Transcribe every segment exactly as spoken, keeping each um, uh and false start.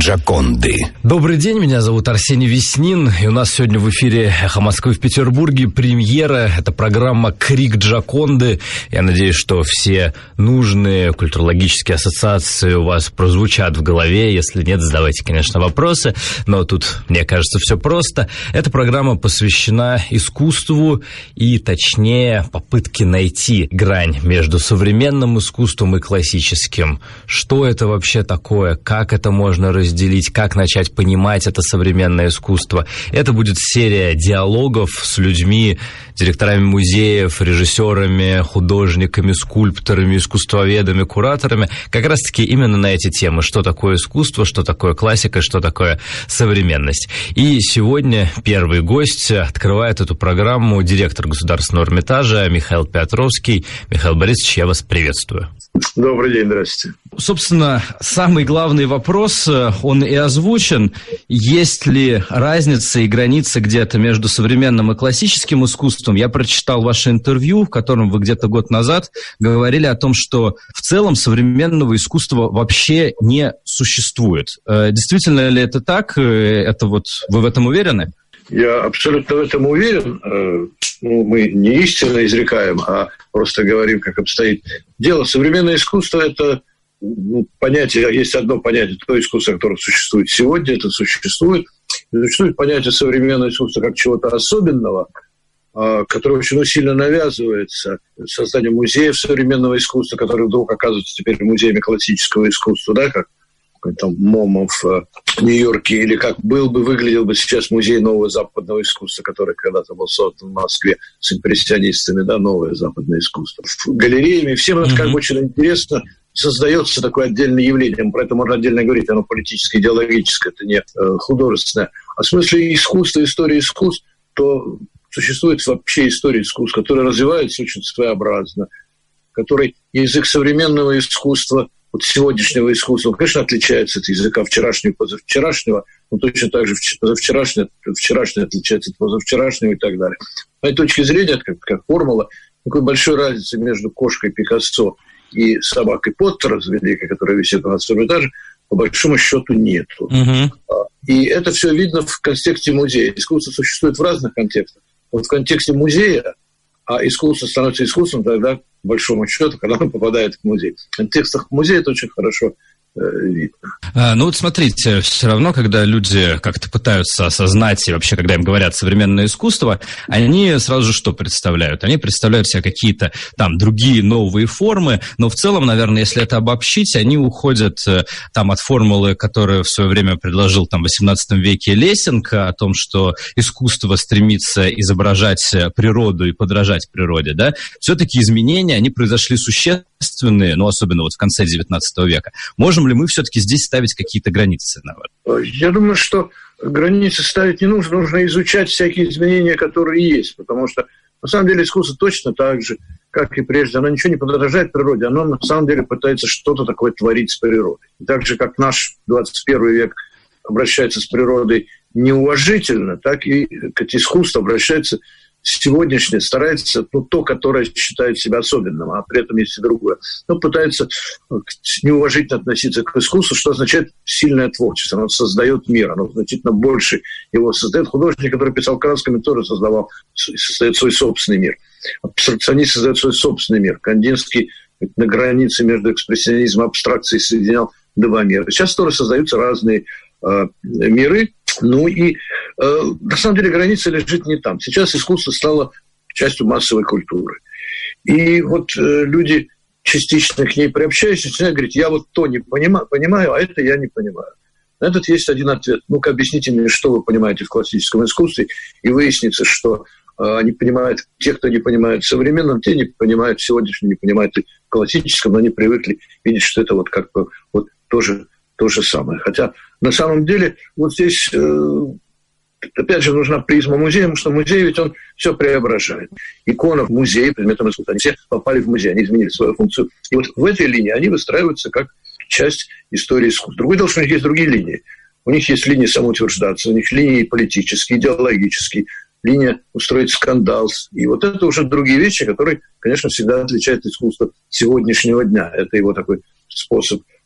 Джоконды. Добрый день, меня зовут Арсений Веснин, и у нас сегодня в эфире «Эхо Москвы» в Петербурге премьера. Это программа «Крик Джоконды». Я надеюсь, что все нужные культурологические ассоциации у вас прозвучат в голове. Если нет, задавайте, конечно, вопросы, но тут, мне кажется, все просто. Эта программа посвящена искусству и, точнее, попытке найти грань между современным искусством и классическим. Что это вообще такое? Как это можно разделить, как начать понимать это современное искусство. Это будет серия диалогов с людьми, директорами музеев, режиссерами, художниками, скульпторами, искусствоведами, кураторами, как раз-таки именно на эти темы. Что такое искусство, что такое классика, что такое современность. И сегодня первый гость открывает эту программу директор Государственного Эрмитажа Михаил Петровский. Михаил Борисович, я вас приветствую. Добрый день, здравствуйте. Собственно, самый главный вопрос, он и озвучен. Есть ли разница и граница где-то между современным и классическим искусством? Я прочитал ваше интервью, в котором вы где-то год назад говорили о том, что в целом современного искусства вообще не существует. Действительно ли это так? Это вот вы в этом уверены? Я абсолютно в этом уверен. Ну, мы не истинно изрекаем, а просто говорим, как обстоит дело. Современное искусство – это ну, понятие, есть одно понятие, то искусство, которое существует сегодня, это существует. И существует понятие современного искусства как чего-то особенного, которое очень ну, сильно навязывается созданием музеев современного искусства, которые вдруг оказываются теперь музеями классического искусства, да, как там МОМа в Нью-Йорке, или как был бы, выглядел бы сейчас музей нового западного искусства, который когда-то был создан в Москве с импрессионистами, да, новое западное искусство. Галереями, всем это как бы очень интересно, создается такое отдельное явление, про это можно отдельно говорить, оно политическое, идеологическое, это не э, художественное. А в смысле искусства, истории искусств, то существует вообще история искусств, которая развивается очень своеобразно, который язык современного искусства, вот сегодняшнего искусства, он, конечно, отличается от языка вчерашнего и позавчерашнего, но точно так же позавчерашнее, вчерашнее отличается от позавчерашнего и так далее. С моей точки зрения, как, как формула, такой большой разницы между кошкой Пикассо и собакой Поттера, великой, которая висит у нас в Эрмитаже, по большому счету нету. Uh-huh. И это все видно в контексте музея. Искусство существует в разных контекстах. Вот в контексте музея, а искусство становится искусством тогда, по большому счету, когда он попадает в музей. В контекстах музея это очень хорошо э, видно. А, ну вот смотрите, все равно, когда люди как-то пытаются осознать, и вообще, когда им говорят современное искусство, они сразу же что представляют? Они представляют себе какие-то там другие новые формы, но в целом, наверное, если это обобщить, они уходят там от формулы, которую в свое время предложил там в восемнадцатом веке Лессинг, о том, что искусство стремится изображать природу и подражать природе, да? Все-таки изменения, они произошли существенные, ну, особенно вот в конце девятнадцатого века. Можем ли мы все-таки здесь ставить какие-то границы? Наверное? Я думаю, что границы ставить не нужно. Нужно изучать всякие изменения, которые есть. Потому что, на самом деле, искусство точно так же, как и прежде. Оно ничего не подражает природе. Оно, на самом деле, пытается что-то такое творить с природой. И так же, как наш двадцать первый век обращается с природой неуважительно, так и к искусству обращается сегодняшнее, старается, ну, то, которое считает себя особенным, а при этом есть и другое. Но пытается неуважительно относиться к искусству, что означает сильное творчество. Оно создает мир, оно значительно больше его создает. Художник, который писал красками, тоже создавал, создает свой собственный мир. Абстракционист создает свой собственный мир. Кандинский на границе между экспрессионизмом и абстракцией соединял два мира. Сейчас тоже создаются разные э, миры. Ну и, э, на самом деле, граница лежит не там. Сейчас искусство стало частью массовой культуры. И вот э, люди, частично к ней приобщаясь, начинают говорить, я вот то не понимаю, понимаю, а это я не понимаю. На этот есть один ответ. Ну-ка, объясните мне, что вы понимаете в классическом искусстве, и выяснится, что э, они понимают, те, кто не понимает в современном, те не понимают в сегодняшнем, не понимают и в классическом, но они привыкли видеть, что это вот как бы вот тоже то же самое. Хотя на самом деле вот здесь, э, опять же, нужна призма музея, потому что музей ведь он все преображает. Икона в музее, предметом искусства, они все попали в музей, они изменили свою функцию. И вот в этой линии они выстраиваются как часть истории искусства. Другое дело, что у них есть другие линии. У них есть линии самоутверждаться, у них линии политические, идеологические, линия устроить скандал. И вот это уже другие вещи, которые, конечно, всегда отличают искусство сегодняшнего дня. Это его такой способ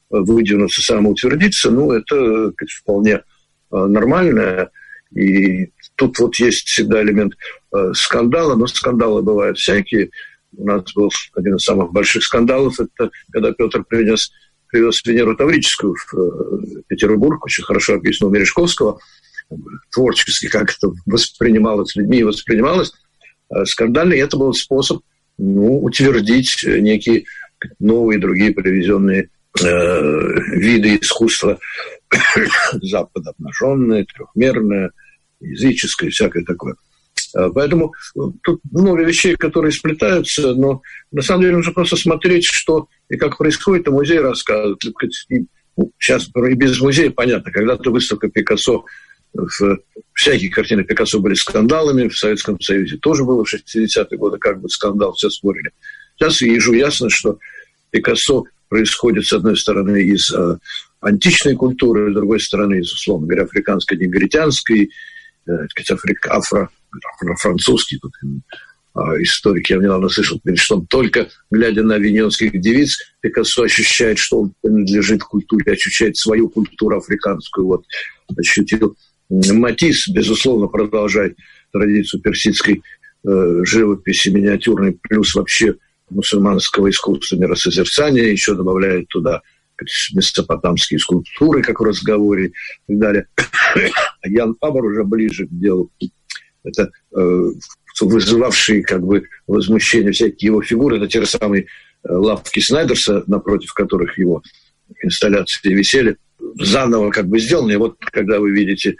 выдвинуться, самоутвердиться, ну, это вполне нормально. И тут вот есть всегда элемент скандала, но скандалы бывают всякие. У нас был один из самых больших скандалов, это когда Петр принес, привез Венеру Таврическую в Петербург, очень хорошо объяснил Мережковского, творчески, как это воспринималось людьми и воспринималось. Скандально, и это был способ, ну, утвердить некие новые другие привезенные э, виды искусства Запада, обнаженное, трехмерное, языческое, всякое такое. Поэтому тут много вещей, которые сплетаются, но на самом деле нужно просто смотреть, что и как происходит, и музей рассказывает. И, ну, сейчас и без музея понятно, когда-то выставка Пикассо, в, всякие картины Пикассо были скандалами, в Советском Союзе тоже было в шестидесятые годы как бы скандал, все спорили. Сейчас я вижу ясно, что Пикассо происходит, с одной стороны, из э, античной культуры, с другой стороны, из, условно говоря, африканской, негритянской, э, африк, афро, афро-французский тут, э, историк, я недавно слышал, что он только, глядя на авиньонских девиц, Пикассо ощущает, что он принадлежит культуре, ощущает свою культуру африканскую. Вот, ощутил. Матисс, безусловно, продолжает традицию персидской э, живописи миниатюрной, плюс вообще мусульманского искусства миросозерцания, еще добавляет туда месопотамские скульптуры, как в разговоре, и так далее. А Ян Фабр уже ближе к делу. Это э, вызывавшие как бы возмущение всякие его фигуры, это те же самые э, лавки Снайдерса, напротив которых его инсталляции висели, заново как бы сделаны. И вот когда вы видите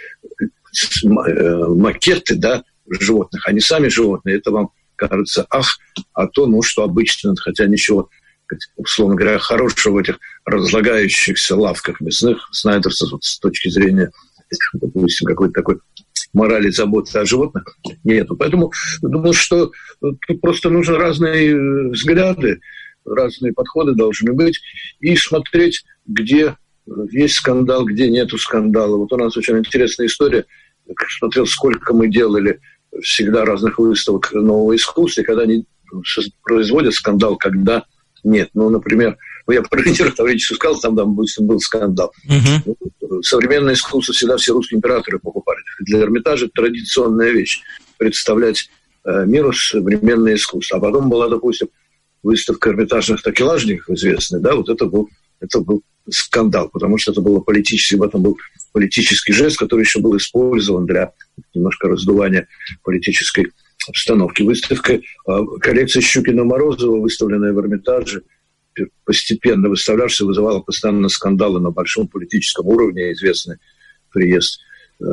макеты, да, животных, они сами животные, это вам кажется, ах, а то, ну, что обычно, хотя ничего, условно говоря, хорошего в этих разлагающихся лавках мясных Снайдерса вот, с точки зрения, допустим, какой-то такой морали, заботы о животных нету. Поэтому думаю, что тут просто нужны разные взгляды, разные подходы должны быть, и смотреть, где есть скандал, где нету скандала. Вот у нас очень интересная история. Смотрел, сколько мы делали всегда разных выставок нового искусства, и когда они производят скандал, когда нет. Ну, например, ну, я про Венеру Таврическую сказал, там, там был скандал. Uh-huh. Современное искусство всегда все русские императоры покупали. Для Эрмитажа традиционная вещь – представлять э, миру современное искусство. А потом была, допустим, выставка эрмитажных такелажников известная, да, вот это был, это был скандал, потому что это было политический, в этом был политический жест, который еще был использован для немножко раздувания политической обстановки. Выставка коллекции Щукина-Морозова, выставленная в Эрмитаже, постепенно выставлявшаяся, вызывала постоянно скандалы на большом политическом уровне. Известный приезд э,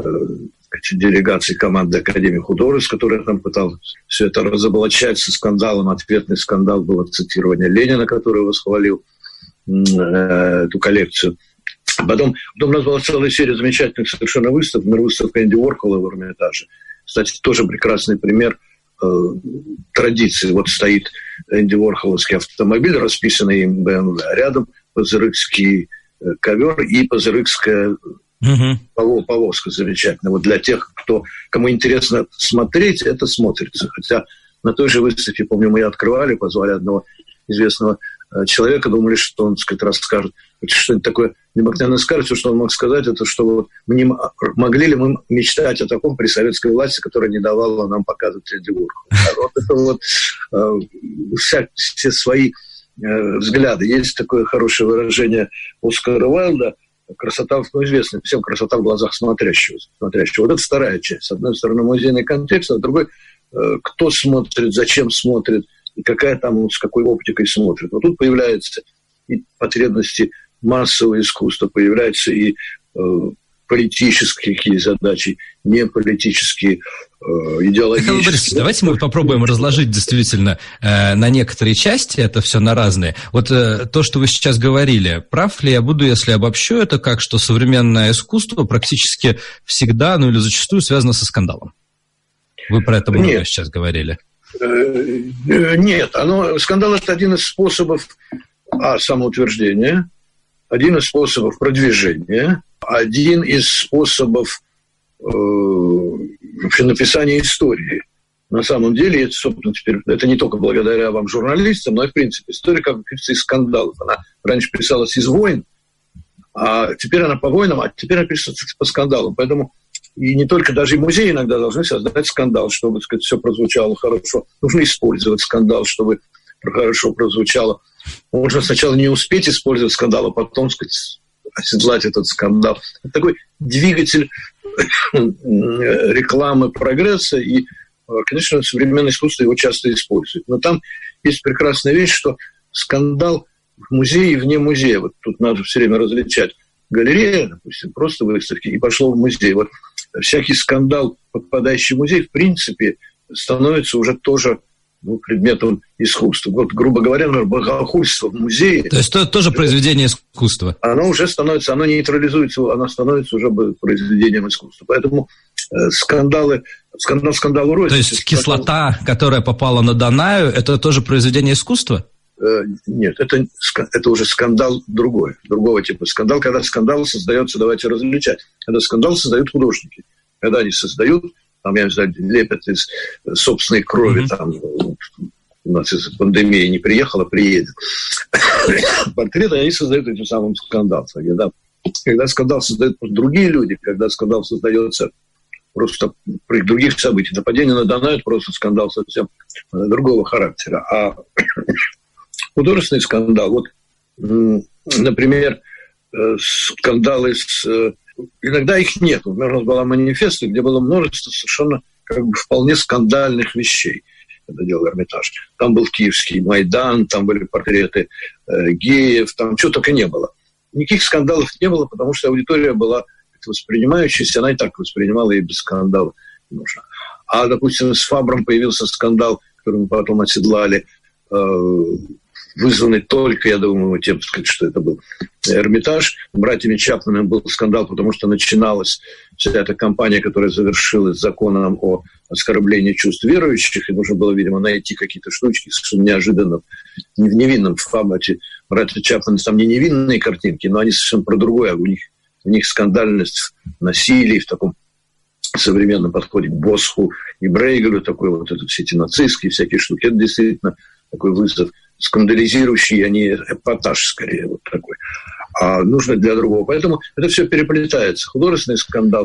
делегации команды Академии художеств, которая там пыталась все это разоблачать со скандалом. Ответный скандал было цитирование Ленина, который восхвалил э, эту коллекцию. Потом, потом у нас была целая серия замечательных совершенно выставок. Например, выставка Энди Уорхола в Эрмитаже. Кстати, тоже прекрасный пример э, традиции. Вот стоит Энди Уорхоловский автомобиль, расписанный им бэ эм вэ, а рядом пазырыкский э, ковер и пазырыкская uh-huh. повозка замечательная. Вот для тех, кто, кому интересно смотреть, это смотрится. Хотя на той же выставке, помню, мы ее открывали, позвали одного известного э, человека, думали, что он, так сказать, расскажет что-нибудь такое необыкновенное скажет. Все, что он мог сказать, это что вот мы не, могли ли мы мечтать о таком при советской власти, которая не давала нам показывать Энди Уорхола. А вот это вот э, вся, все свои э, взгляды. Есть такое хорошее выражение Оскара Уайльда: красота, ну, известно всем, красота в глазах смотрящего, смотрящего. Вот это вторая часть. С одной стороны, музейный контекст, а с другой, э, кто смотрит, зачем смотрит, и какая там, с какой оптикой смотрит. Вот тут появляются и потребности массового искусства, появляются и э, политические какие задачи, не политические, э, идеологические. Михаил Борисович, давайте мы попробуем разложить действительно э, на некоторые части это все на разные. Вот э, то, что вы сейчас говорили, прав ли я буду, если обобщу это как, что современное искусство практически всегда, ну или зачастую связано со скандалом? Вы про это много Нет. сейчас говорили. Нет, оно, скандал – это один из способов а, самоутверждения, один из способов продвижения, один из способов э, вообще написания истории. на самом деле, это, собственно, теперь, это не только благодаря вам, журналистам, но и, в принципе, история, как говорится, из скандалов. Она раньше писалась из войн, а теперь она по войнам, а теперь она пишется по скандалам. Поэтому и не только даже и музеи иногда должны создать скандал, чтобы, так сказать, все прозвучало хорошо. Нужно использовать скандал, чтобы хорошо прозвучало. Можно сначала не успеть использовать скандал, а потом, так сказать, оседлать этот скандал. Это такой двигатель рекламы прогресса, и, конечно, современное искусство его часто использует. Но там есть прекрасная вещь, что скандал в музее и вне музея. Вот тут надо все время различать. Галерея, допустим, просто выставки, и пошло в музей. Вот всякий скандал, попадающий в музей, в принципе, становится уже тоже, ну, предметом искусства. Вот, грубо говоря, например, богохульство в музее. То есть это тоже произведение искусства? Оно уже становится, оно нейтрализуется, оно становится уже произведением искусства. Поэтому э, скандалы, скандал скандалу рознь. То есть кислота, которая попала на Данаю, это тоже произведение искусства? Э, нет, это, это уже скандал другой, другого типа. Скандал, когда скандал создается, давайте различать. Когда скандал создают художники. Когда они создают, там, я не знаю, лепят из собственной крови, mm-hmm. там, у нас из пандемии не приехала, приедет. Портреты, они создают этим самым скандал. Когда, когда скандал создают другие люди, когда скандал создается просто при других событиях. Нападение на Данаю – это просто скандал совсем другого характера. А художественный скандал, вот, например, скандалы с... Иногда их нет. Например, у нас была манифеста, где было множество совершенно как бы вполне скандальных вещей. Это делал Эрмитаж. Там был киевский Майдан, там были портреты э, геев, там чего только не было. Никаких скандалов не было, потому что аудитория была воспринимающаяся, она и так воспринимала, и без скандалов нужно. А, допустим, с Фабром появился скандал, который мы потом оседлали, э, вызванный только, я думаю, тем, сказать, что это был Эрмитаж. Братьями Чапманами был скандал, потому что начиналась вся эта кампания, которая завершилась законом о оскорблении чувств верующих, и нужно было, видимо, найти какие-то штучки совершенно неожиданно в невинном формате. Братья Чапманы, там не невинные картинки, но они совершенно про другое. У них, у них скандальность насилия в таком современном подходе к Босху и Брейгелю, такой вот это, все эти нацистские всякие штуки. Это действительно такой вызов скандализирующий, а не эпатаж скорее вот такой. А нужно для другого. Поэтому это все переплетается. Художественный скандал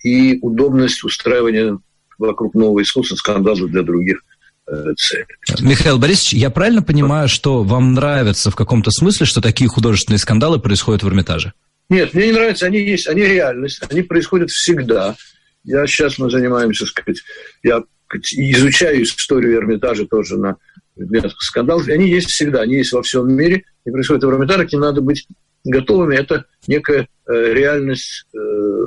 и удобность устраивания вокруг нового искусства скандала для других э, целей. Михаил Борисович, я правильно понимаю, что вам нравится в каком-то смысле, что такие художественные скандалы происходят в Эрмитаже? Нет, мне не нравится. Они есть, они реальность. Они происходят всегда. Я сейчас мы занимаемся, сказать, я изучаю историю Эрмитажа тоже на предметах скандалов, и они есть всегда, они есть во всем мире, и происходит в Эрмитаже, к ним надо быть готовыми, это некая э, реальность э,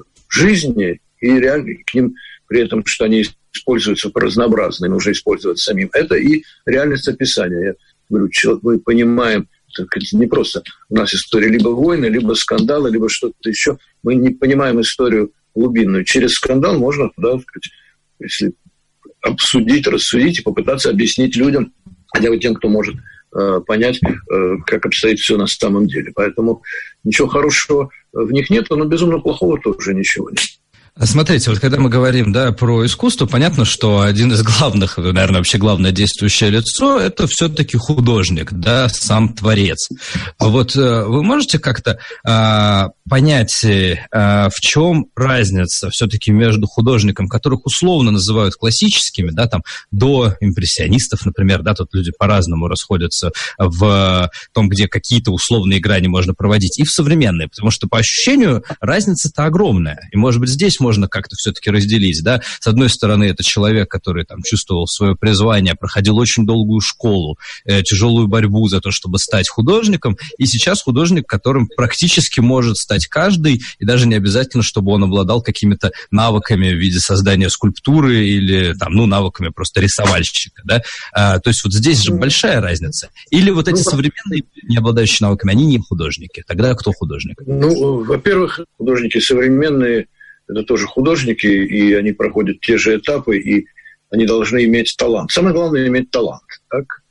жизни, и реально, к ним при этом, что они используются по-разнообразно, им уже использовать самим, это и реальность описания. Я говорю, человек, мы понимаем, это не просто у нас история либо войны, либо скандалы, либо что-то еще, мы не понимаем историю глубинную. Через скандал можно туда, так сказать, если обсудить, рассудить и попытаться объяснить людям, хотя бы тем, кто может э, понять, э, как обстоит все на самом деле. Поэтому ничего хорошего в них нет, но безумно плохого тоже ничего нет. Смотрите, вот когда мы говорим, да, про искусство, понятно, что один из главных, наверное, вообще главное действующее лицо – это все-таки художник, да, сам творец. Вот вы можете как-то а, понять, а, в чем разница все-таки между художником, которых условно называют классическими, да, там, до импрессионистов, например, да, тут люди по-разному расходятся в том, где какие-то условные грани можно проводить, и в современные, потому что по ощущению разница-то огромная, и, может быть, здесь можно как-то все-таки разделить, да. С одной стороны, это человек, который там чувствовал свое призвание, проходил очень долгую школу, э, тяжелую борьбу за то, чтобы стать художником, и сейчас художник, которым практически может стать каждый, и даже не обязательно, чтобы он обладал какими-то навыками в виде создания скульптуры или там, ну, навыками просто рисовальщика, да. А, то есть вот здесь же большая разница. Или вот эти современные, не обладающие навыками, они не художники. Тогда кто художник? Ну, во-первых, художники современные это тоже художники, и они проходят те же этапы, и они должны иметь талант. Самое главное – иметь талант. Так?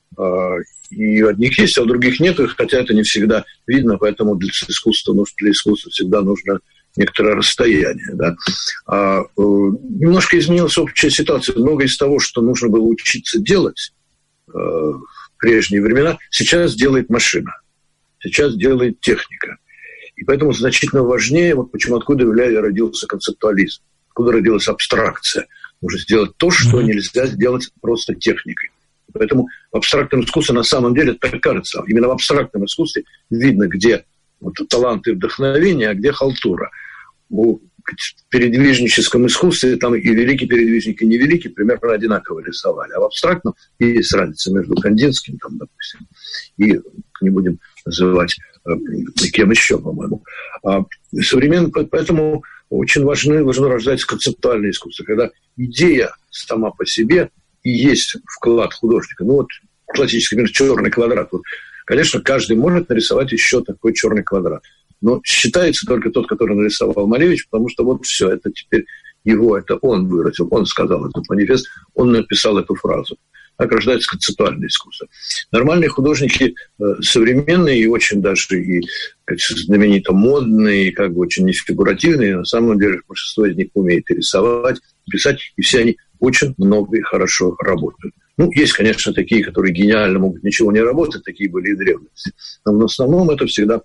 И у одних есть, а у других нет, хотя это не всегда видно, поэтому для искусства, для искусства всегда нужно некоторое расстояние. Да? А, э, немножко изменилась общая ситуация. Многое из того, что нужно было учиться делать э, в прежние времена, сейчас делает машина, сейчас делает техника. И поэтому значительно важнее, вот почему, откуда в Ляе родился концептуализм, откуда родилась абстракция. Нужно сделать то, что mm-hmm. нельзя сделать просто техникой. Поэтому в абстрактном искусстве на самом деле так кажется. Именно в абстрактном искусстве видно, где вот талант и вдохновение, а где халтура. В передвижническом искусстве там и великий передвижник, и невеликий примерно одинаково рисовали. А в абстрактном есть разница между Кандинским, там, допустим, и, не будем называть кем еще, по-моему. А современно, поэтому очень важно, важно рождается концептуальное искусство, когда идея сама по себе и есть вклад художника. Ну вот классический пример — черный квадрат. Вот, конечно, каждый может нарисовать еще такой черный квадрат. Но считается только тот, который нарисовал Малевич, потому что вот все, это теперь его, это он выразил, он сказал этот манифест, он написал эту фразу. Так рождается концептуальное искусство. Нормальные художники, современные и очень даже и знаменито модные, и как бы очень нефигуративные, на самом деле большинство из них умеет и рисовать, и писать, и все они очень много и хорошо работают. Ну, есть, конечно, такие, которые гениально могут ничего не работать, такие были и в древности. Но в основном это всегда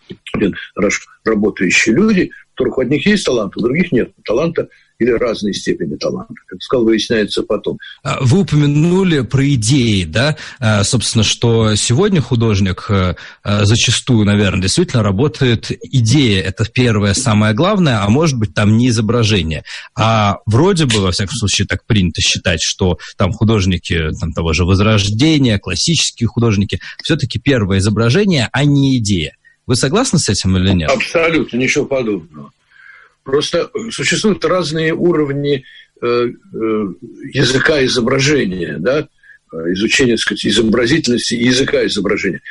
работающие люди, у которых у одних есть талант, у других нет таланта или разной степени таланта. Как сказал, выясняется потом. Вы упомянули про идеи, да? Собственно, что сегодня художник зачастую, наверное, действительно работает идея. Это первое, самое главное, а может быть, там не изображение. А вроде бы, во всяком случае, так принято считать, что там художники там, того же Возрождения, классические художники, все-таки первое изображение, а не идея. Вы согласны с этим или нет? Абсолютно, ничего подобного. Просто существуют разные уровни э, э, языка изображения, да, изучения, так сказать, изобразительности и языка изображения.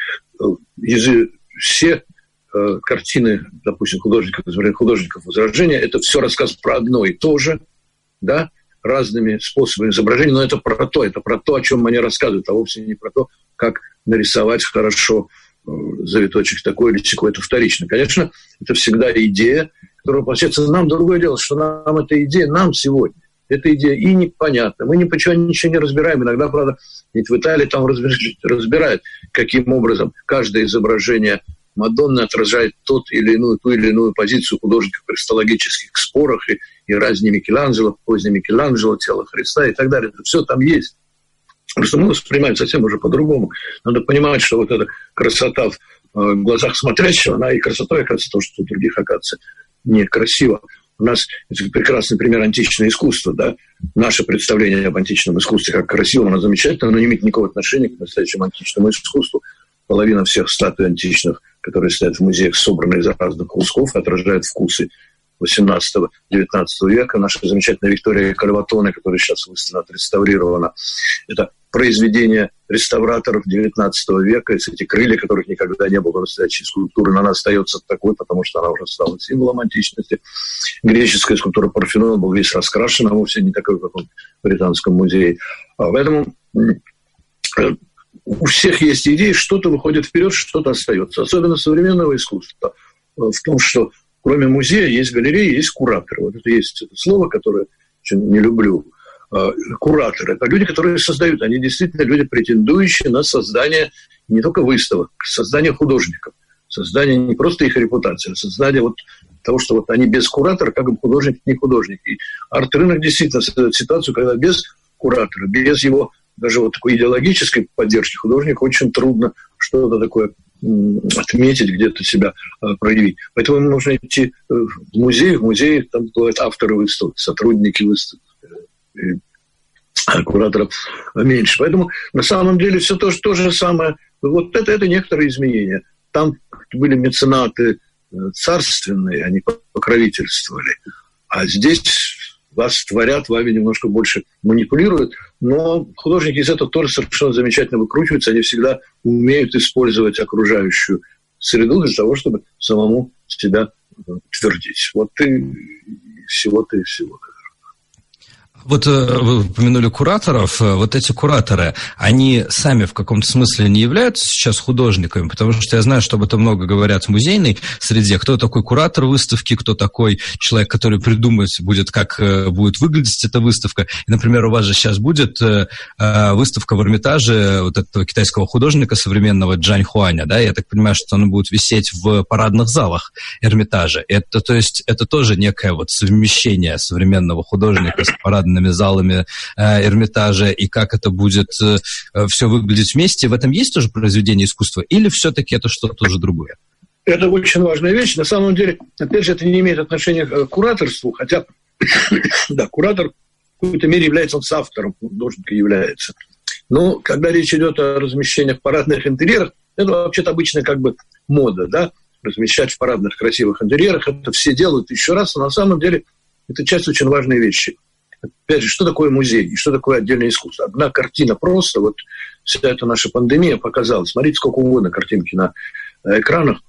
Язы, все э, картины, допустим, художников, художников Возрождения, это все рассказ про одно и то же, да, разными способами изображения, но это про то, это про то, о чем они рассказывают, а вовсе не про то, как нарисовать хорошо завиточек такой или такой, это вторично. Конечно, это всегда идея, которая получается нам. Другое дело, что нам эта идея, нам сегодня, эта идея и непонятна. Мы ничего, ничего не разбираем. Иногда, правда, ведь в Италии там разбирают, каким образом каждое изображение Мадонны отражает тот или иную, ту или иную позицию художников в христологических спорах, и, и ранний Микеланджело, поздний Микеланджело, тело Христа и так далее. Это все там есть. Просто мы воспринимаем совсем уже по-другому. Надо понимать, что вот эта красота в глазах смотрящего, она и красотой оказывается то, что у других оказывается некрасиво. У нас это прекрасный пример античного искусства, да. Наше представление об античном искусстве как красивом, оно замечательно, но не имеет никакого отношения к настоящему античному искусству. Половина всех статуй античных, которые стоят в музеях, собраны из разных кусков, отражают вкусы восемнадцатого-девятнадцатого века. Наша замечательная Виктория Кальватоне, которая сейчас выставлена, отреставрирована, это произведение реставраторов девятнадцатого века, эти крылья, которых никогда не было, настоящей скульптуры, но она остается такой, потому что она уже стала символом античности. Греческая скульптура Парфенона был весь раскрашен, а вовсе не такой, как он в Британском музее. Поэтому у всех есть идеи, что-то выходит вперед, что-то остается. Особенно современного искусства в том, что кроме музея есть галереи, есть кураторы. Вот это есть это слово, которое очень не люблю. Кураторы – это люди, которые создают. Они действительно люди, претендующие на создание не только выставок, создание художников, создание не просто их репутации, а создание вот того, что вот они без куратора, как бы художник, не художник. И арт-рынок действительно создает ситуацию, когда без куратора, без его даже вот такой идеологической поддержки художника очень трудно что-то такое отметить, где-то себя проявить. Поэтому нужно идти в музей. В музее там бывают авторы выставок, сотрудники выставок, кураторов меньше. Поэтому на самом деле все то, то же самое. Вот это, это некоторые изменения. Там были меценаты царственные, они покровительствовали. А здесь вас творят, вами немножко больше манипулируют. Но художники из этого тоже совершенно замечательно выкручиваются. Они всегда умеют использовать окружающую среду для того, чтобы самому себя твердить. Вот и всего-то и всего-то. Вот вы упомянули кураторов. Вот эти кураторы, они сами в каком-то смысле не являются сейчас художниками? Потому что я знаю, что об этом много говорят в музейной среде. Кто такой куратор выставки, кто такой человек, который придумает будет, как будет выглядеть эта выставка. И, например, у вас же сейчас будет выставка в Эрмитаже вот этого китайского художника современного Джань Хуаня, да? Я так понимаю, что она будет висеть в парадных залах Эрмитажа. Это, то есть, это тоже некое вот совмещение современного художника с парадными залами э, Эрмитажа, и как это будет э, все выглядеть вместе. В этом есть тоже произведение искусства? Или все-таки это что-то уже другое? Это очень важная вещь. На самом деле, опять же, это не имеет отношения к кураторству, хотя, да, куратор в какой-то мере является, он соавтором, художника является. Но когда речь идет о размещениях парадных интерьерах, это вообще-то обычная как бы мода, да, размещать в парадных красивых интерьерах. Это все делают еще раз, но на самом деле это часть очень важной вещи. Опять же, что такое музей и что такое отдельное искусство? Одна картина просто, вот вся эта наша пандемия показала. Смотрите, сколько угодно картинки на экранах.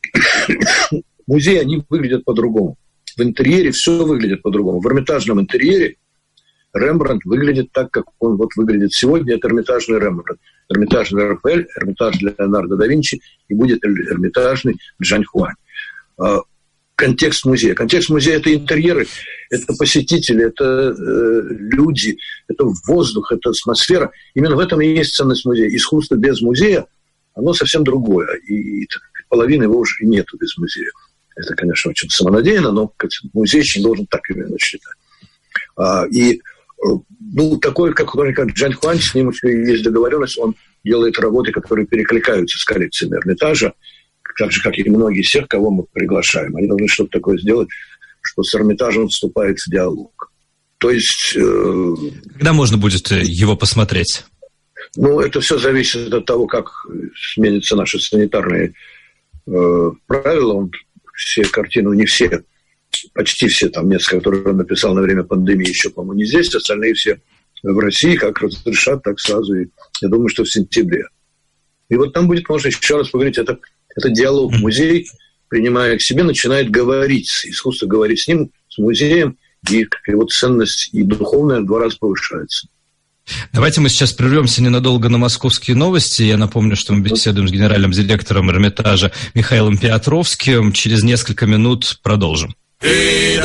Музеи, они выглядят по-другому. В интерьере все выглядит по-другому. В эрмитажном интерьере Рембрандт выглядит так, как он вот выглядит сегодня. Это эрмитажный Рембрандт. Эрмитажный Рафаэль, эрмитажный Леонардо да Винчи и будет эрмитажный Джань Хуань. Контекст музея. Контекст музея – это интерьеры, это посетители, это э, люди, это воздух, это атмосфера. Именно в этом и есть ценность музея. Искусство без музея, оно совсем другое. И, и половины его уже нету без музея. Это, конечно, очень самонадеянно, но музейщик должен так именно считать. А, и ну, такой, как художник, как Джань Хуань, с ним еще есть договоренность, он делает работы, которые перекликаются с коллекциями Эрмитажа, так же, как и многие из тех, кого мы приглашаем. Они должны что-то такое сделать, что с Эрмитажем вступает в диалог. То есть... Э, Когда можно будет его посмотреть? Ну, это все зависит от того, как сменятся наши санитарные э, правила. Он, все картины, не все, почти все, там несколько, которые он написал на время пандемии, еще, по-моему, не здесь, остальные все в России, как разрешат, так сразу. И я думаю, что в сентябре. И вот там будет, можно еще раз поговорить, это... Это диалог. Музей, принимая к себе, начинает говорить. Искусство говорит с ним, с музеем, и его ценность и духовная в два раза повышается. Давайте мы сейчас прервемся ненадолго на московские новости. Я напомню, что мы беседуем с генеральным директором Эрмитажа Михаилом Петровским. Через несколько минут продолжим. Ты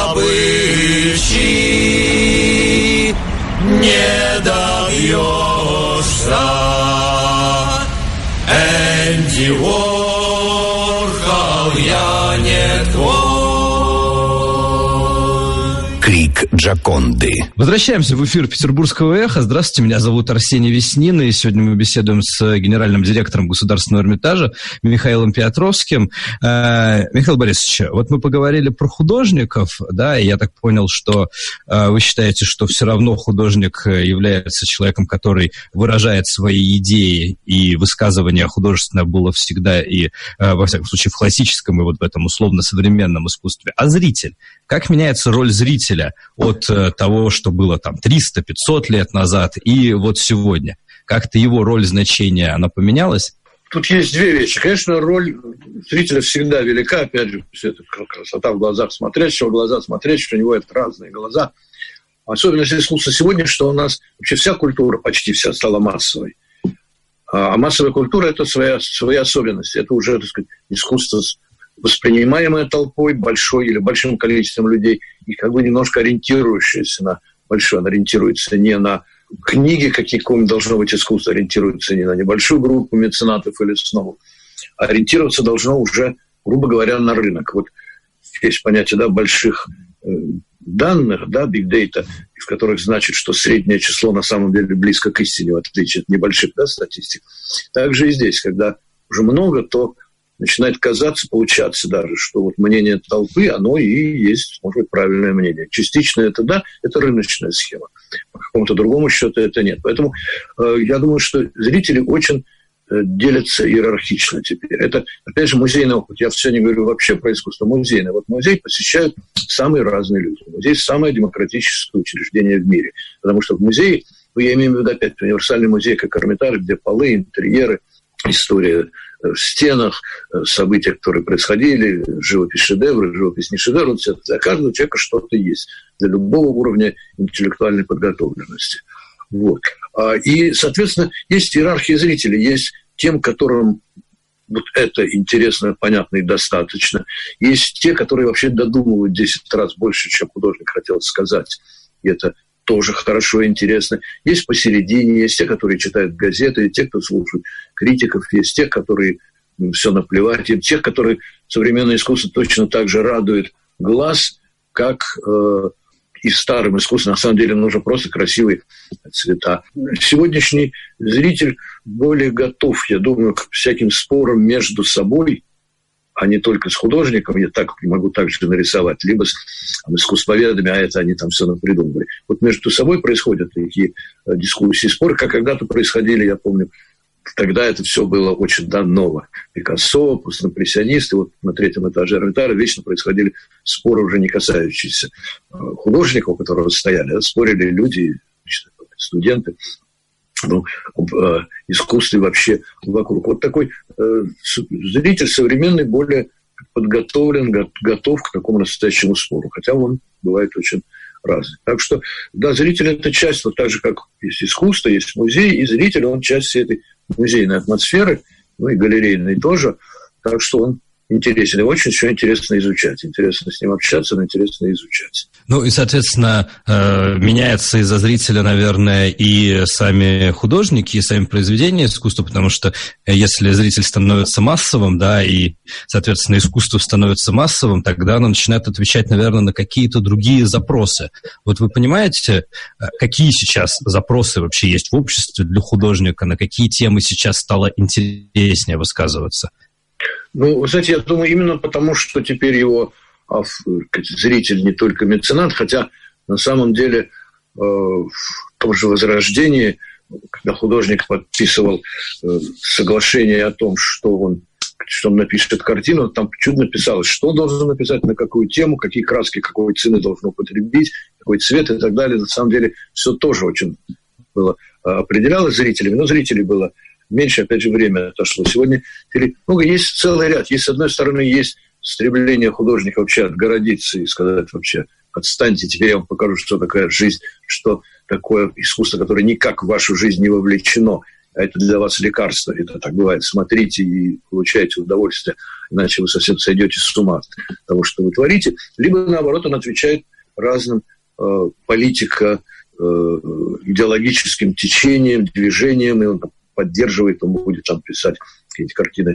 добычи не добьешься. Энди Уорхол, я не твой. Крик Джаконды. Возвращаемся в эфир Петербургского эхо. Здравствуйте, меня зовут Арсений Веснин, и сегодня мы беседуем с генеральным директором Государственного Эрмитажа Михаилом Петровским. Э, Михаил Борисович, вот мы поговорили про художников, да, и я так понял, что э, вы считаете, что все равно художник является человеком, который выражает свои идеи, и высказывание художественное было всегда и, э, во всяком случае, в классическом и вот в этом условно-современном искусстве. А зритель? Как меняется роль зрителя от э, того, что было там триста-пятьсот лет назад, и вот сегодня? Как-то его роль, значение, она поменялась? Тут есть две вещи. Конечно, роль зрителя всегда велика. Опять же, все это красота в глазах смотрящего, в глаза смотрящего, у него это разные глаза. Особенность искусства сегодня, что у нас вообще вся культура, почти вся, стала массовой. А массовая культура – это своя, свои особенности. Это уже, так сказать, искусство, воспринимаемое толпой большой или большим количеством людей, и как бы немножко ориентирующееся на большое, ориентируется не на книги, каким должно быть искусство, ориентируется не на небольшую группу меценатов или снова. Ориентироваться должно уже, грубо говоря, на рынок. Вот есть понятие, да, больших э, данных, да, big data, в которых значит, что среднее число на самом деле близко к истине, в отличие от небольших, да, статистик. Также и здесь, когда уже много, то начинает казаться, получаться даже, что вот мнение толпы, оно и есть, может быть, правильное мнение. Частично это да, это рыночная схема. По какому-то другому счету это нет. Поэтому э, я думаю, что зрители очень э, делятся иерархично теперь. Это, опять же, музейный опыт. Я все не говорю вообще про искусство музейное. Вот музей посещают самые разные люди. Музей – самое демократическое учреждение в мире. Потому что в музее, ну, я имею в виду опять универсальный музей, как Эрмитаж, где полы, интерьеры, история в стенах, события, которые происходили, живопись шедевры, живопись не шедевры. Для каждого человека что-то есть, для любого уровня интеллектуальной подготовленности. Вот. И, соответственно, есть иерархия зрителей, есть тем, которым вот это интересно, понятно и достаточно. Есть те, которые вообще додумывают десять раз больше, чем художник хотел сказать. И это тоже хорошо и интересно. Есть посередине, есть те, которые читают газеты, есть те, кто слушает критиков, есть те, которые все наплевать, есть те, которые современное искусство точно так же радует глаз, как э, и старым искусством. На самом деле нужно просто красивые цвета. Сегодняшний зритель более готов, я думаю, к всяким спорам между собой, а не только с художником, я так могу так же нарисовать, либо с там, искусствоведами, а это они там все напридумывали. Вот между собой происходят такие дискуссии, споры, как когда-то происходили, я помню, тогда это все было очень давно. Пикассо, постимпрессионисты, вот на третьем этаже Эрмитажа вечно происходили споры, уже не касающиеся художников, у которых стояли, а спорили люди, студенты, ну, об э, искусстве вообще вокруг. Вот такой э, зритель современный более подготовлен, го- готов к такому настоящему спору, хотя он бывает очень разный. Так что, да, зритель – это часть, вот так же, как есть искусство, есть музей, и зритель, он часть всей этой музейной атмосферы, ну и галерейной тоже, так что он интересен. И очень все интересно изучать. Интересно с ним общаться, но интересно изучать. Ну и, соответственно, э, меняется из-за зрителя, наверное, и сами художники, и сами произведения искусства, потому что если зритель становится массовым, да, и, соответственно, искусство становится массовым, тогда оно начинает отвечать, наверное, на какие-то другие запросы. Вот вы понимаете, какие сейчас запросы вообще есть в обществе для художника, на какие темы сейчас стало интереснее высказываться? Ну, вы знаете, я думаю, именно потому, что теперь его а, зритель не только меценат, хотя на самом деле э, в том же «Возрождении», когда художник подписывал э, соглашение о том, что он, что он напишет картину, там чудно писалось, что он должен написать, на какую тему, какие краски, какой цены должен употребить, какой цвет и так далее. На самом деле все тоже очень было определялось зрителями, но зрителей было меньше, опять же, время отошло. Сегодня много, есть целый ряд. Есть, с одной стороны, есть стремление художника вообще отгородиться и сказать вообще, отстаньте, теперь я вам покажу, что такое жизнь, что такое искусство, которое никак в вашу жизнь не вовлечено, а это для вас лекарство. Это так бывает. Смотрите и получайте удовольствие, иначе вы совсем сойдете с ума от того, что вы творите. Либо, наоборот, он отвечает разным э, политико, э, идеологическим течениям, движениям, и он поддерживает, он будет там писать какие-то картины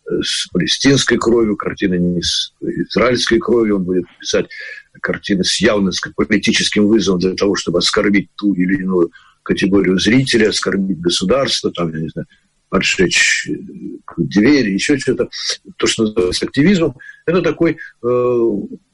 с палестинской кровью, картины не с израильской кровью, он будет писать картины с явно с политическим вызовом для того, чтобы оскорбить ту или иную категорию зрителя, оскорбить государство, там, я не знаю, поджечь двери, еще что-то. То, что называется активизмом, это такой э,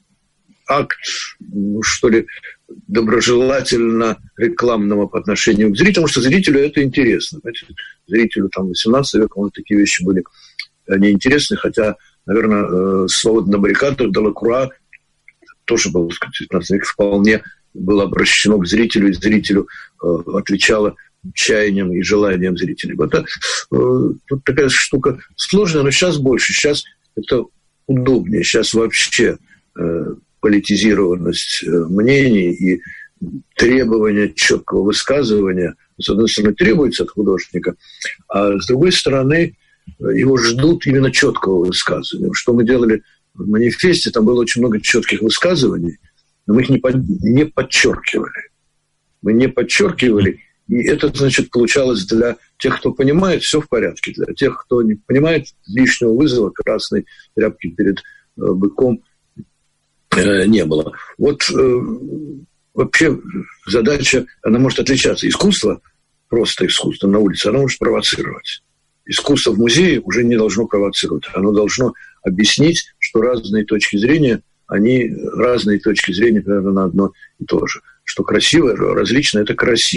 акт, ну, что ли, доброжелательно рекламного по отношению к зрителю, потому что зрителю это интересно. Знаете, зрителю там восемнадцатого века, может, такие вещи были неинтересны, хотя, наверное, «Свобода на баррикадах» Делакруа тоже был, в девятнадцатом веке, вполне было обращено к зрителю, и зрителю э, отвечало чаянием и желанием зрителей. Это э, тут такая штука сложная, но сейчас больше. Сейчас это удобнее. Сейчас вообще э, политизированность э, мнений и требование четкого высказывания, с одной стороны, требуется от художника, а с другой стороны, его ждут именно четкого высказывания. Что мы делали в манифесте, там было очень много четких высказываний, но мы их не, под, не подчеркивали. Мы не подчеркивали, и это, значит, получалось для тех, кто понимает, все в порядке. Для тех, кто не понимает, лишнего вызова, красной тряпки перед э, быком э, не было. Вот э, вообще задача, она может отличаться. Искусство, просто искусство на улице, оно может провоцировать. Искусство в музее уже не должно провоцировать. Оно должно объяснить, что разные точки зрения, они разные точки зрения примерно на одно и то же. Что красиво, различно – это красиво.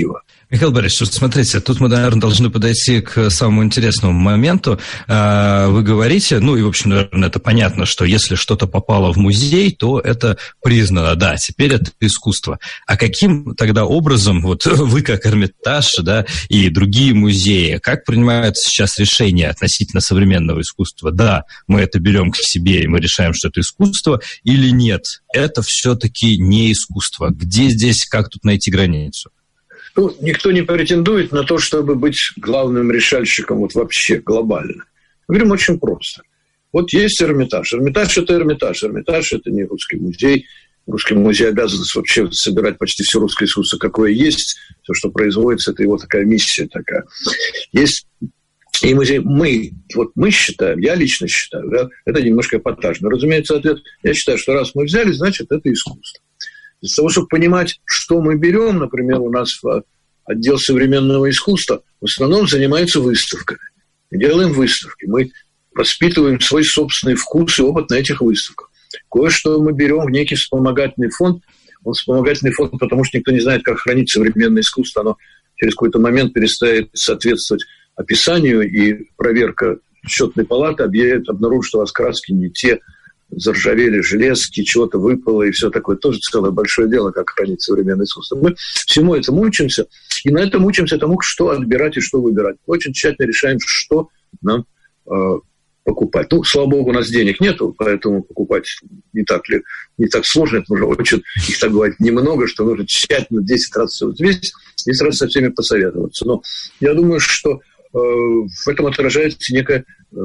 Михаил Борисович, смотрите, тут мы, наверное, должны подойти к самому интересному моменту. Вы говорите, ну и, в общем, наверное, это понятно, что если что-то попало в музей, то это признано, да, теперь это искусство. А каким тогда образом, вот вы как Эрмитаж, да, и другие музеи, как принимаются сейчас решения относительно современного искусства? Да, мы это берем к себе, и мы решаем, что это искусство, или нет, это все-таки не искусство. Где здесь, как тут найти границу? Ну, никто не претендует на то, чтобы быть главным решальщиком вот вообще глобально. Мы говорим очень просто. Вот есть Эрмитаж. Эрмитаж – это Эрмитаж. Эрмитаж – это не русский музей. Русский музей обязан вообще собирать почти все русское искусство, какое есть. Все, что производится, это его такая миссия такая. Есть и музей. Мы, вот мы считаем, я лично считаю, да, это немножко эпатажно. Разумеется, ответ, я считаю, что раз мы взяли, значит, это искусство. Для того, чтобы понимать, что мы берем, например, у нас в отдел современного искусства в основном занимается выставками. Мы делаем выставки, мы воспитываем свой собственный вкус и опыт на этих выставках. Кое-что мы берем в некий вспомогательный фонд. Он вспомогательный фонд, потому что никто не знает, как хранить современное искусство. Оно через какой-то момент перестает соответствовать описанию, и проверка счетной палаты объявит, обнаружит, что у вас краски не те, заржавели железки, чего-то выпало и все такое. Тоже целое большое дело, как хранить современное искусство. Мы всему этому учимся, и на этом учимся тому, что отбирать и что выбирать. Очень тщательно решаем, что нам э, покупать. Ну, слава богу, у нас денег нету, поэтому покупать не так, ли, не так сложно. Это нужно очень, их так бывает немного, что нужно тщательно десять раз все взвесить, десять раз со всеми посоветоваться. Но я думаю, что э, в этом отражается некая э,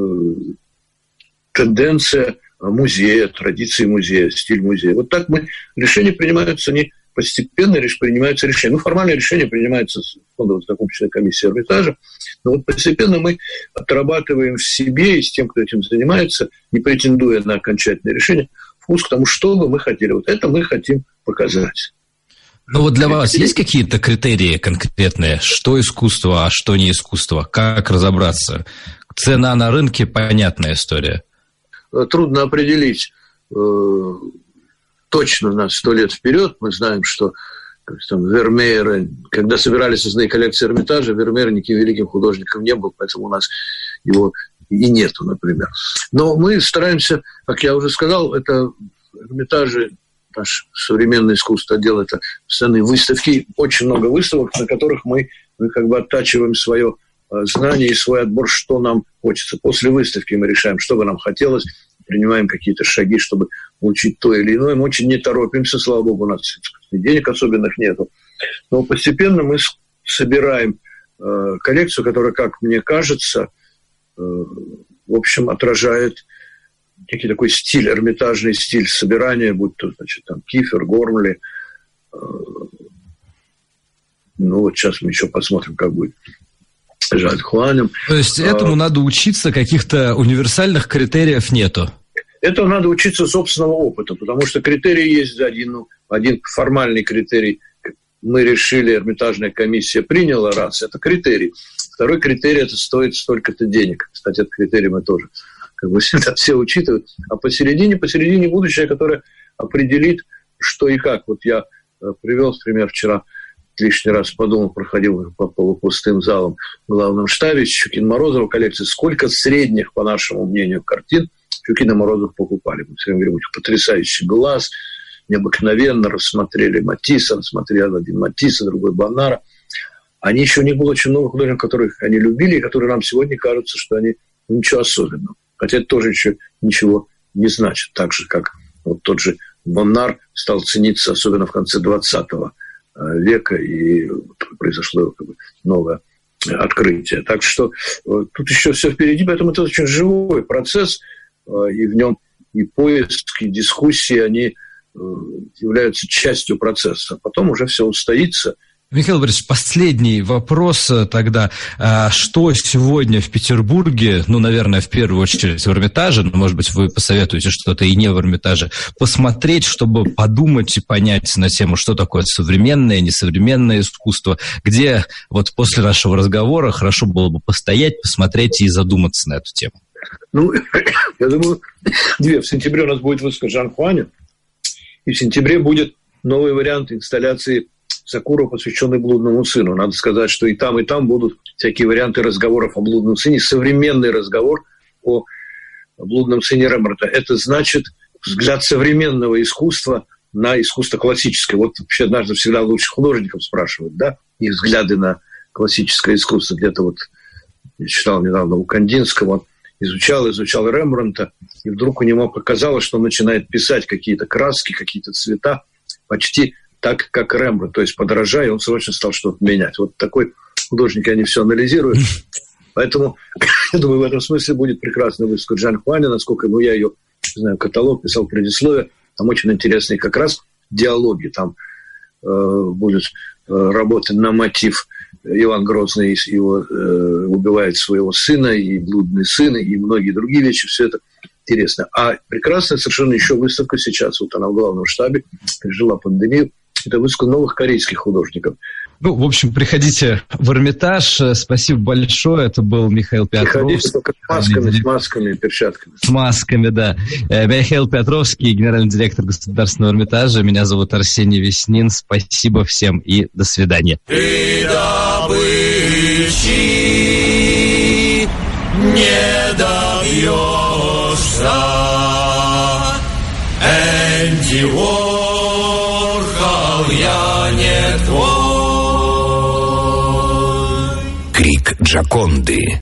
тенденция музея, традиции музея, стиль музея. Вот так мы, решения принимаются не постепенно, лишь принимаются решения. Ну, формальное решение принимается фондово-закупочной комиссией Эрмитажа, но вот постепенно мы отрабатываем в себе и с тем, кто этим занимается, не претендуя на окончательное решение, вкус к тому, что бы мы хотели. Вот это мы хотим показать. Ну вот для вас есть какие-то критерии конкретные, что искусство, а что не искусство? Как разобраться? Цена на рынке – понятная история. Трудно определить э, точно на сто лет вперед. Мы знаем, что там, Вермеер, когда собирались основные коллекции Эрмитажа, Вермеер никаким великим художником не был, поэтому у нас его и нету, например. Но мы стараемся, как я уже сказал, это Эрмитажи, наш современное искусство отдел, это постоянные выставки, очень много выставок, на которых мы, мы как бы оттачиваем свое знания и свой отбор, что нам хочется. После выставки мы решаем, что бы нам хотелось, принимаем какие-то шаги, чтобы получить то или иное. Мы очень не торопимся, слава богу, у нас денег особенных нету. Но постепенно мы собираем э, коллекцию, которая, как мне кажется, э, в общем, отражает некий такой стиль, эрмитажный стиль собирания, будь то, значит, там, Кифер, Гормли. Э, ну, вот сейчас мы еще посмотрим, как будет. Хуанем. То есть этому а, надо учиться, каких-то универсальных критериев нету? Этого надо учиться собственного опыта, потому что критерии есть один, ну, один формальный критерий. Мы решили, Эрмитажная комиссия приняла, раз, это критерий. Второй критерий – это стоит столько-то денег. Кстати, этот критерий мы тоже как бы всегда все учитывают. А посередине, посередине будущее, которое определит, что и как. Вот я привел пример вчера. Лишний раз подумал, проходил по полупустым залам в главном штабе Щукин-Морозова коллекции. Сколько средних, по нашему мнению, картин Щукин-Морозов покупали. Мы все время говорим, потрясающий глаз, необыкновенно рассмотрели Матисса, рассмотрели один Матисса, другой Боннара. Они еще у них было очень много художников, которых они любили, и которые нам сегодня кажутся, что они ничего особенного. Хотя это тоже еще ничего не значит. Так же, как вот тот же Боннар стал цениться, особенно в конце двадцатого века, и произошло как бы новое открытие. Так что тут еще все впереди, поэтому это очень живой процесс, и в нем и поиск, и дискуссии, они являются частью процесса. Потом уже все устоится. Михаил Борисович, последний вопрос тогда. Что сегодня в Петербурге, ну, наверное, в первую очередь в Эрмитаже, но, может быть, вы посоветуете что-то и не в Эрмитаже, посмотреть, чтобы подумать и понять на тему, что такое современное, несовременное искусство, где вот после нашего разговора хорошо было бы постоять, посмотреть и задуматься на эту тему? Ну, я думаю, две. В сентябре у нас будет выставка Жан Хуаня, и в сентябре будет новый вариант инсталляции Сакура, посвященный блудному сыну. Надо сказать, что и там, и там будут всякие варианты разговоров о блудном сыне. Современный разговор о блудном сыне Рембрандта. Это значит взгляд современного искусства на искусство классическое. Вот вообще однажды всегда лучших художников спрашивают, да, их взгляды на классическое искусство. Где-то вот я читал недавно у Кандинского, он изучал, изучал Рембрандта, и вдруг у него показалось, что он начинает писать какие-то краски, какие-то цвета почти так, как Рембрандт, то есть подражая, и он срочно стал что-то менять. Вот такой художник, они все анализируют. Поэтому, я думаю, в этом смысле будет прекрасная выставка Джан Хуаня, насколько ну, я ее, не знаю, каталог, писал предисловие, там очень интересные как раз диалоги, там э, будет э, работать на мотив Иван Грозный его, э, убивает своего сына, и блудный сын, и многие другие вещи, все это интересно. А прекрасная совершенно еще выставка сейчас, вот она в главном штабе, пережила пандемию, это выставка новых корейских художников. Ну, в общем, приходите в Эрмитаж. Спасибо большое. Это был Михаил Петровский. Приходите только с масками, с масками, перчатками. С масками, да. Михаил Петровский, генеральный директор Государственного Эрмитажа. Меня зовут Арсений Веснин. Спасибо всем и до свидания. Ты добычи не добьешься. Энди Уорхол, я не твой. Крик Джаконды.